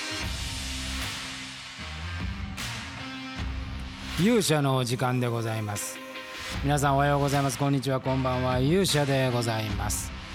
勇者の時間でございます。皆さんおはようございます、こんにちは、こんばんは。勇者でございます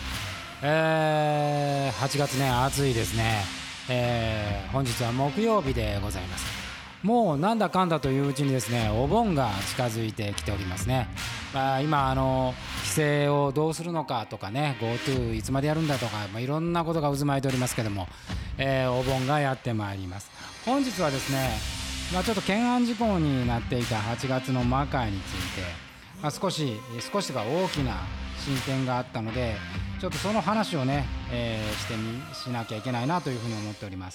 。8月ね、暑いですね。本日は木曜日でございます。もうなんだかんだといううちにですね、お盆が近づいてきておりますね。今規制をどうするのかとかね、 GoTo いつまでやるんだとか、いろんなことが渦巻いておりますけども、お盆がやってまいります。本日はですね、ちょっと懸案事項になっていた8月の魔界について、少しとか大きな進展があったので、ちょっとその話をね、しなきゃいけないなというふうに思っております。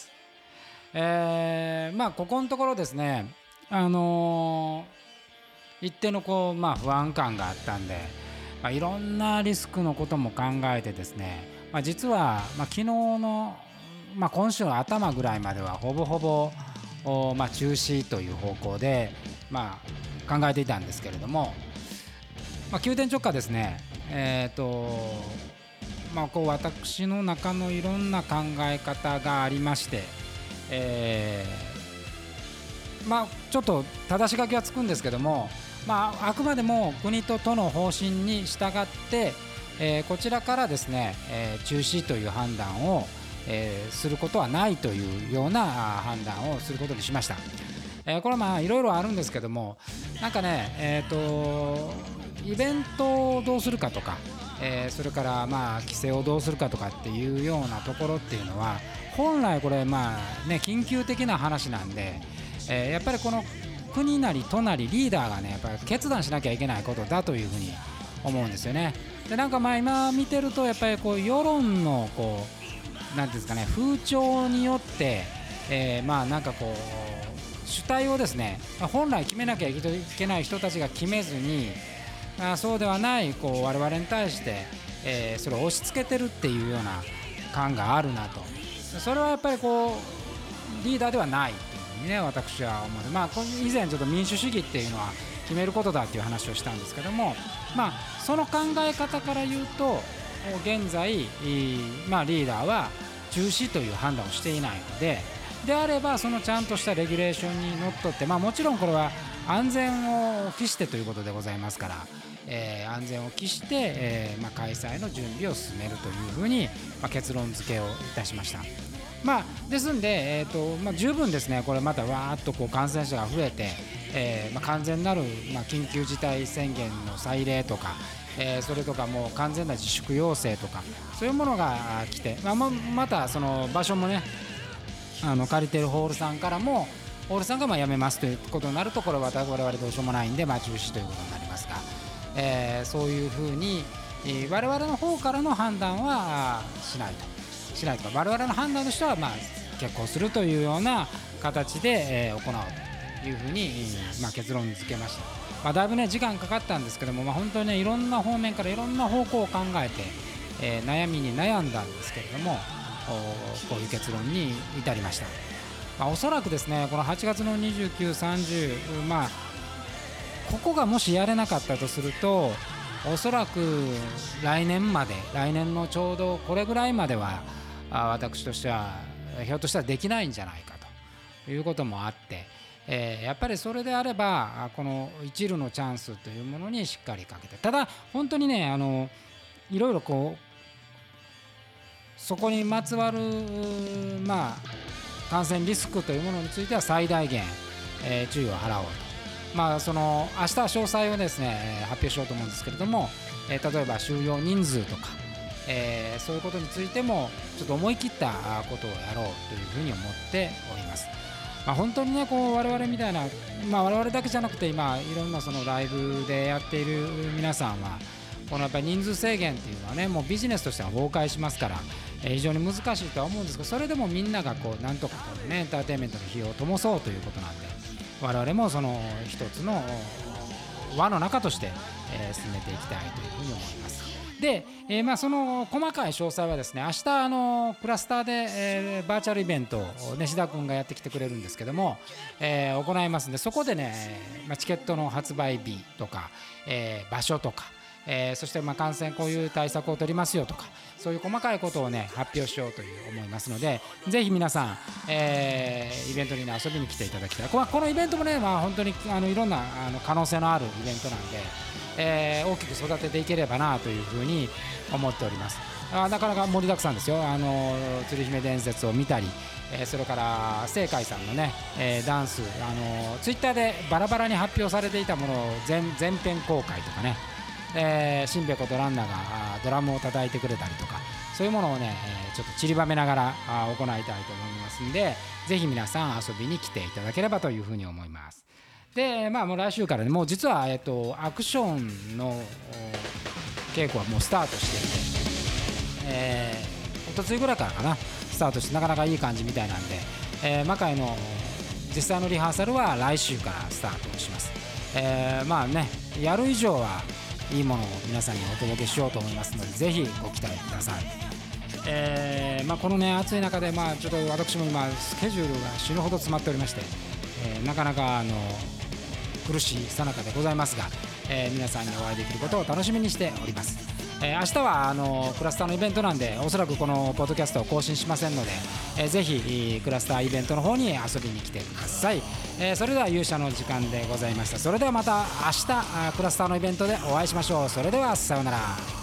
ここのところですね、一定の不安感があったんで、いろんなリスクのことも考えてですね、実は、昨日の、今週の頭ぐらいまではほぼほぼ中止という方向で、考えていたんですけれども、急転直下ですね、私の中のいろんな考え方がありまして、ちょっと正し書きはつくんですけども、あくまでも国と都の方針に従って、こちらからですね、中止という判断をすることはないというような判断をすることにしました。これはいろいろあるんですけども、なんかね、イベントをどうするかとか、それから規制をどうするかとかっていうようなところっていうのは、本来これ緊急的な話なんで、やっぱりこの国なり都なりリーダーがね、やっぱり決断しなきゃいけないことだというふうに思うんですよね。で今見てると、やっぱり世論のなんていうんですかね、風潮によって、主体をですね、本来決めなきゃいけない人たちが決めずに、そうではない我々に対して、それを押し付けてるっていうような感があるなと。それはやっぱりリーダーではないというふうにね、私は思う。以前ちょっと民主主義っていうのは決めることだっていう話をしたんですけども、その考え方から言うと、現在リーダーは中止という判断をしていないので、であればそのちゃんとしたレギュレーションにのっとって、もちろんこれは安全を期してということでございますから、安全を期して、開催の準備を進めるというふうに、結論付けをいたしました。ですんで、十分ですね、これまたわーっと感染者が増えて、完全なる、緊急事態宣言の再例とか、それとかもう完全な自粛要請とか、そういうものが来て、またその場所もね、借りているホールさんからも、ホールさんがやめますということになると、これは我々どうしようもないんで、中止ということになりますが、そういうふうに、我々の方からの判断はしないとか、我々の判断としては決行するというような形で、行うというふうに、結論付けました。だいぶね時間かかったんですけども、本当にね、いろんな方面からいろんな方向を考えて、悩みに悩んだんですけれども、こういう結論に至りました。おそらくですね、この8月の29、30、ここがもしやれなかったとすると、おそらく来年のちょうどこれぐらいまでは、私としてはひょっとしたらできないんじゃないかということもあって、やっぱりそれであれば、この一縷のチャンスというものにしっかりかけて、ただ本当にね、いろいろそこにまつわる感染リスクというものについては最大限、注意を払おうと。その明日は詳細をですね、発表しようと思うんですけれども、例えば収容人数とか、そういうことについてもちょっと思い切ったことをやろうというふうに思っております。本当にね、我々みたいな、我々だけじゃなくて、今いろんなそのライブでやっている皆さんは、このやっぱり人数制限っていうのはね、もうビジネスとしては崩壊しますから、非常に難しいとは思うんですけど、それでもみんながなんとかエンターテインメントの火を灯そうということなんで、我々もその一つの輪の中として、進めていきたいというふうに思います。で、その細かい詳細はですね、明日クラスターで、バーチャルイベントを西田君がやってきてくれるんですけども、行いますんで、そこでね、チケットの発売日とか、場所とか、 そして感染こういう対策を取りますよとか、そういう細かいことをね発表しようという思いますので、ぜひ皆さん、イベントに、ね、遊びに来ていただきたい。このイベントもね、本当にいろんな可能性のあるイベントなんで、大きく育てていければなというふうに思っております。なかなか盛りだくさんですよ。鶴姫伝説を見たり、それから正海さんのね、ダンス、ツイッターでバラバラに発表されていたものを全編公開とかね、新兵衛ことランナーがドラムを叩いてくれたりとか、そういうものをね、ちょっと散りばめながら行いたいと思いますんで、ぜひ皆さん遊びに来ていただければというふうに思います。で、もう来週からね、もう実は、アクションの稽古はもうスタートしていて、おとついぐらいからかなスタートして、なかなかいい感じみたいなんで、魔界の実際のリハーサルは来週からスタートします。やる以上はいいものを皆さんにお届けしようと思いますので、ぜひご期待ください。このね暑い中で、ちょっと私も今スケジュールが死ぬほど詰まっておりまして、なかなか苦しい最中でございますが、皆さんにお会いできることを楽しみにしております。明日はクラスターのイベントなんで、おそらくこのポッドキャストを更新しませんので、ぜひクラスターイベントの方に遊びに来てください。それでは勇者の時間でございました。それではまた明日クラスターのイベントでお会いしましょう。それではさようなら。